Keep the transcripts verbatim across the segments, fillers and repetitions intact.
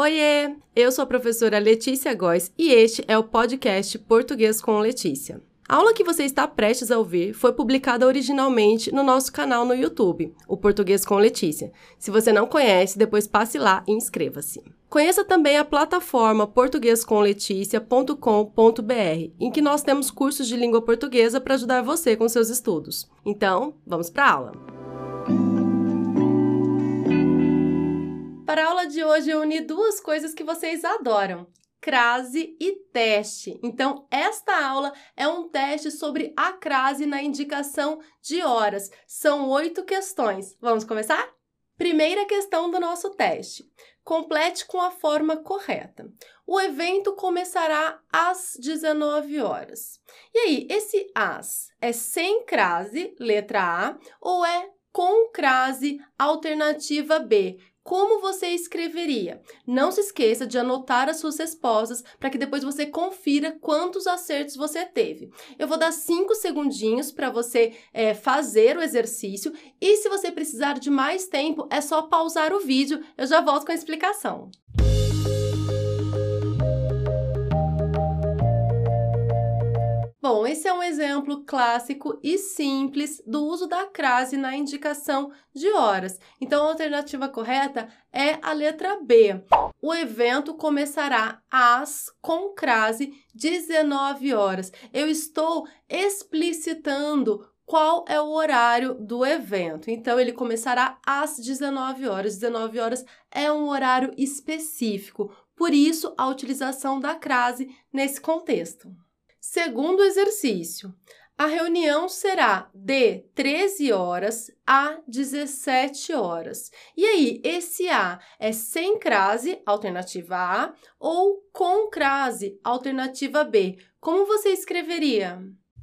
Oiê! Eu sou a professora Letícia Góes e este é o podcast Português com Letícia. A aula que você está prestes a ouvir foi publicada originalmente no nosso canal no YouTube, o Português com Letícia. Se você não conhece, depois passe lá e inscreva-se. Conheça também a plataforma português com letícia ponto com ponto b r, em que nós temos cursos de língua portuguesa para ajudar você com seus estudos. Então, vamos para a aula! Para a aula de hoje, eu uni duas coisas que vocês adoram: crase e teste. Então, esta aula é um teste sobre a crase na indicação de horas. São oito questões. Vamos começar? Primeira questão do nosso teste. Complete com a forma correta. O evento começará às dezenove horas. E aí, esse às é sem crase, letra A, ou é com crase, alternativa B? Como você escreveria? Não se esqueça de anotar as suas respostas para que depois você confira quantos acertos você teve. Eu vou dar cinco segundinhos para você é, fazer o exercício e se você precisar de mais tempo, é só pausar o vídeo. Eu já volto com a explicação. Bom, esse é um exemplo clássico e simples do uso da crase na indicação de horas. Então, a alternativa correta é a letra B. O evento começará às, com crase, dezenove horas. Eu estou explicitando qual é o horário do evento. Então, ele começará às dezenove horas. dezenove horas é um horário específico. Por isso, a utilização da crase nesse contexto. Segundo exercício, a reunião será de treze horas a dezessete horas. E aí, esse A é sem crase, alternativa A, ou com crase, alternativa B? Como você escreveria?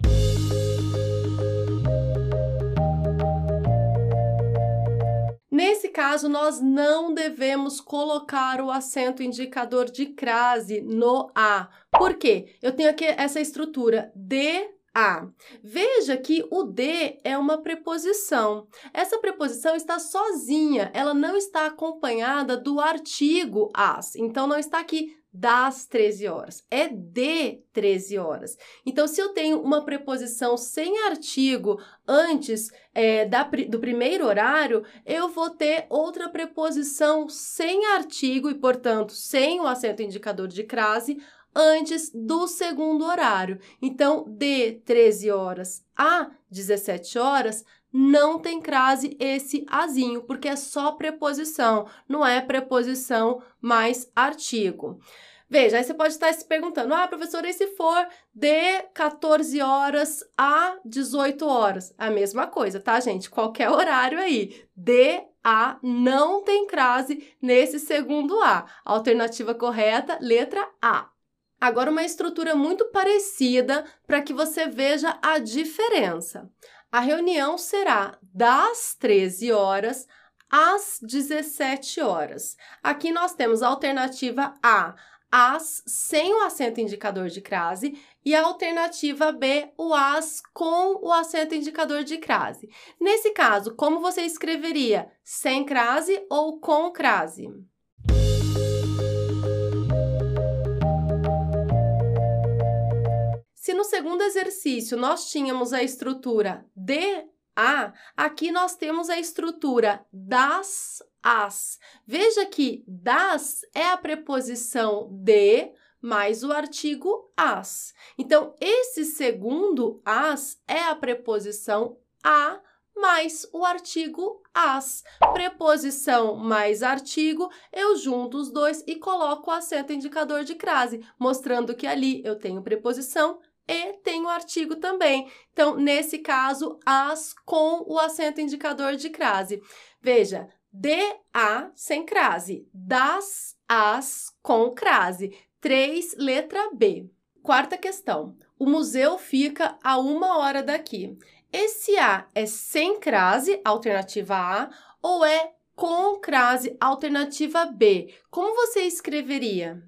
Nesse caso, nós não devemos colocar o acento indicador de crase no A. Por quê? Eu tenho aqui essa estrutura de A. Veja que o de é uma preposição. Essa preposição está sozinha, ela não está acompanhada do artigo as. Então, não está aqui das treze horas, é de treze horas. Então, se eu tenho uma preposição sem artigo antes é, da, do primeiro horário, eu vou ter outra preposição sem artigo e, portanto, sem o acento indicador de crase antes do segundo horário. Então, de treze horas a dezessete horas, não tem crase esse azinho, porque é só preposição, não é preposição mais artigo. Veja, aí você pode estar se perguntando, ah, professora, e se for de quatorze horas a dezoito horas? A mesma coisa, tá, gente? Qualquer horário aí. De A não tem crase nesse segundo A. Alternativa correta, letra A. Agora, uma estrutura muito parecida para que você veja a diferença. A reunião será das treze horas às dezessete horas. Aqui nós temos a alternativa A, as sem o acento indicador de crase, e a alternativa B, o as com o acento indicador de crase. Nesse caso, como você escreveria? Sem crase ou com crase? Se no segundo exercício nós tínhamos a estrutura de A, aqui nós temos a estrutura das as. Veja que das é a preposição de mais o artigo as. Então, esse segundo as é a preposição a mais o artigo as. Preposição mais artigo, eu junto os dois e coloco o acento indicador de crase, mostrando que ali eu tenho preposição e tenho artigo também. Então, nesse caso, as com o acento indicador de crase. Veja, de a sem crase, das as com crase. três, letra B. Quarta questão. O museu fica a uma hora daqui. Esse A é sem crase, alternativa A, ou é com crase, alternativa B? Como você escreveria?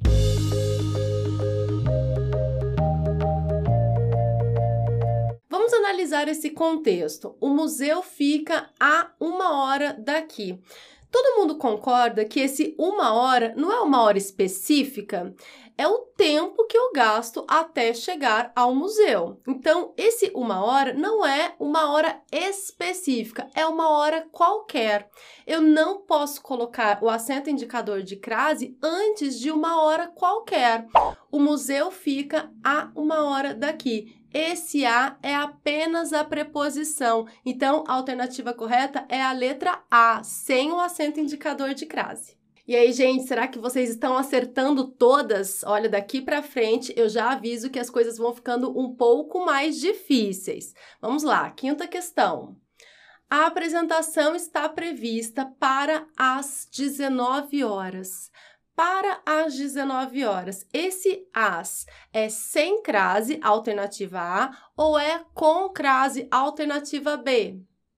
Vamos analisar esse contexto. O museu fica a uma hora daqui. Todo mundo concorda que esse uma hora não é uma hora específica? É o tempo que eu gasto até chegar ao museu. Então, esse uma hora não é uma hora específica, é uma hora qualquer. Eu não posso colocar o acento indicador de crase antes de uma hora qualquer. O museu fica a uma hora daqui. Esse a é apenas a preposição. Então, a alternativa correta é a letra A, sem o acento indicador de crase. E aí, gente, será que vocês estão acertando todas? Olha, daqui para frente eu já aviso que as coisas vão ficando um pouco mais difíceis. Vamos lá, quinta questão. A apresentação está prevista para as dezenove horas. Para as dezenove horas, esse as é sem crase, alternativa A, ou é com crase, alternativa B?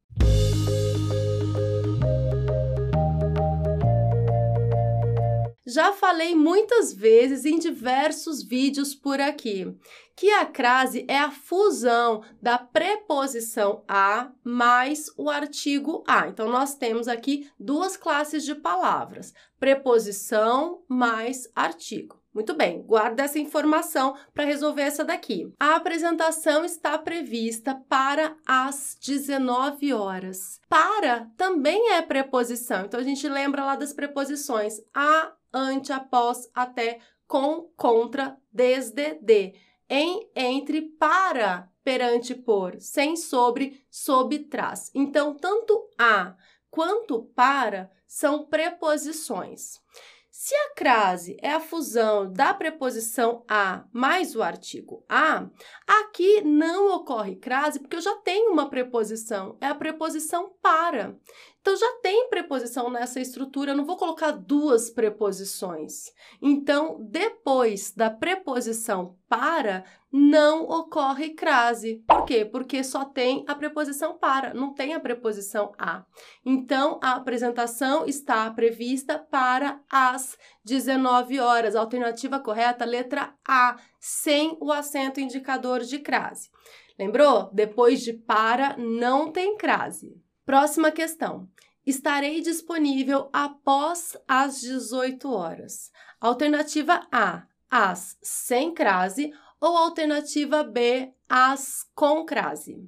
Já falei muitas vezes em diversos vídeos por aqui que a crase é a fusão da preposição a mais o artigo a. Então, nós temos aqui duas classes de palavras, preposição mais artigo. Muito bem, guarda essa informação para resolver essa daqui. A apresentação está prevista para as dezenove horas. Para também é preposição, então a gente lembra lá das preposições a, ante, após, até, com, contra, desde, de, em, entre, para, perante, por, sem, sobre, sob, trás. Então, tanto a quanto para são preposições. Se a crase é a fusão da preposição a mais o artigo a, aqui não ocorre crase porque eu já tenho uma preposição, é a preposição para. Então, já tem preposição nessa estrutura, eu não vou colocar duas preposições. Então, depois da preposição para, não ocorre crase. Por quê? Porque só tem a preposição para, não tem a preposição a. Então, a apresentação está prevista para as dezenove horas. A alternativa correta, letra A, sem o acento indicador de crase. Lembrou? Depois de para, não tem crase. Próxima questão. Estarei disponível após as dezoito horas. Alternativa A, as sem crase, ou alternativa B, as com crase.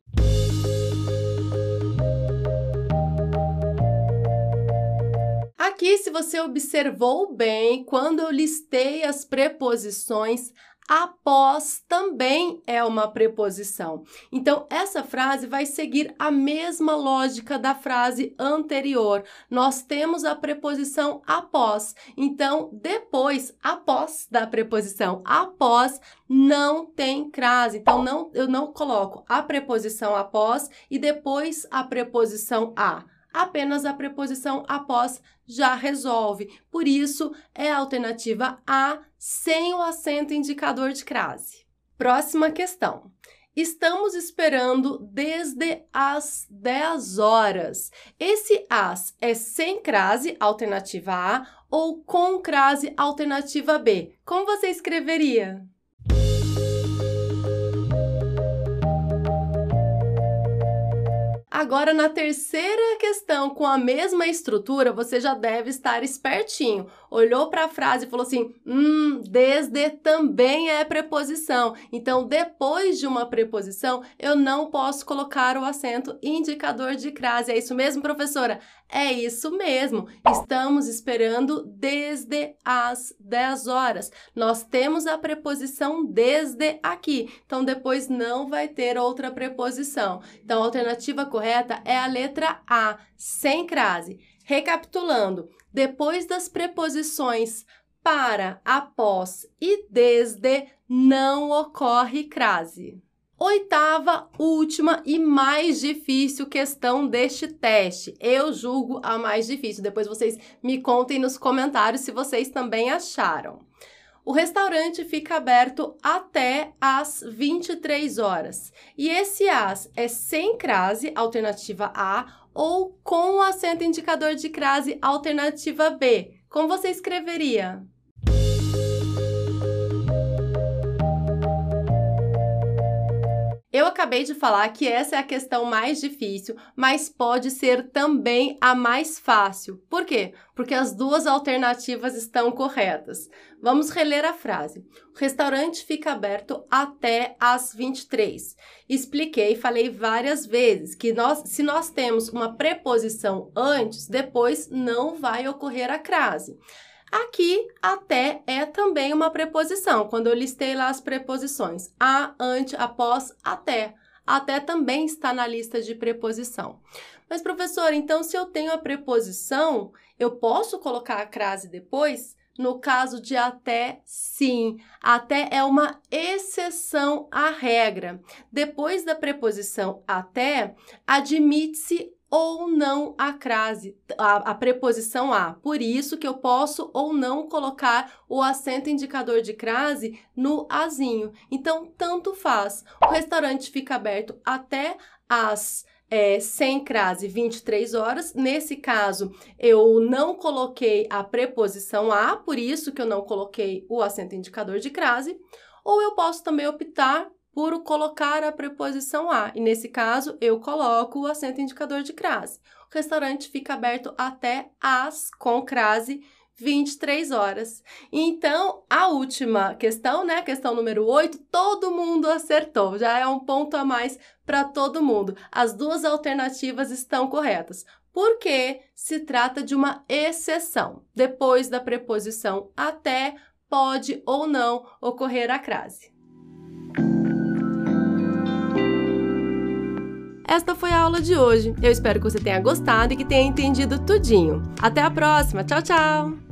Aqui, se você observou bem, quando eu listei as preposições, após também é uma preposição. Então, essa frase vai seguir a mesma lógica da frase anterior. Nós temos a preposição após. Então, depois, após da preposição após, não tem crase. Então, não, eu não coloco a preposição após e depois a preposição a. Apenas a preposição após já resolve. Por isso, é a alternativa A, sem o acento indicador de crase. Próxima questão. Estamos esperando desde as dez horas. Esse as é sem crase, alternativa A, ou com crase, alternativa B. Como você escreveria? Agora, na terceira questão, com a mesma estrutura, você já deve estar espertinho. Olhou para a frase e falou assim, hum, desde também é preposição. Então, depois de uma preposição, eu não posso colocar o acento indicador de crase. É isso mesmo, professora? É isso mesmo. Estamos esperando desde as dez horas. Nós temos a preposição desde aqui. Então, depois não vai ter outra preposição. Então, a alternativa correta é a letra A, sem crase. Recapitulando, depois das preposições para, após e desde, não ocorre crase. Oitava, última e mais difícil questão deste teste. Eu julgo a mais difícil. Depois vocês me contem nos comentários se vocês também acharam. O restaurante fica aberto até às vinte e três horas. E esse as é sem crase, alternativa A, ou com o acento indicador de crase, alternativa B. Como você escreveria? Eu acabei de falar que essa é a questão mais difícil, mas pode ser também a mais fácil. Por quê? Porque as duas alternativas estão corretas. Vamos reler a frase. O restaurante fica aberto até às vinte e três. Expliquei, falei várias vezes que nós, se nós temos uma preposição antes, depois não vai ocorrer a crase. Aqui, até é também uma preposição, quando eu listei lá as preposições. A, ante, após, até. Até também está na lista de preposição. Mas, professor, então se eu tenho a preposição, eu posso colocar a crase depois? No caso de até, sim. Até é uma exceção à regra. Depois da preposição até, admite-se ou não a crase, a, a preposição a. Por isso que eu posso ou não colocar o acento indicador de crase no azinho. Então, tanto faz. O restaurante fica aberto até às é, sem crase, vinte e três horas. Nesse caso, eu não coloquei a preposição a, por isso que eu não coloquei o acento indicador de crase. Ou eu posso também optar por colocar a preposição a, e nesse caso eu coloco o acento indicador de crase. O restaurante fica aberto até às, com crase, vinte e três horas. Então, a última questão, né, questão número oito, todo mundo acertou, já é um ponto a mais para todo mundo. As duas alternativas estão corretas, porque se trata de uma exceção. Depois da preposição até, pode ou não ocorrer a crase. Esta foi a aula de hoje. Eu espero que você tenha gostado e que tenha entendido tudinho. Até a próxima. Tchau, tchau!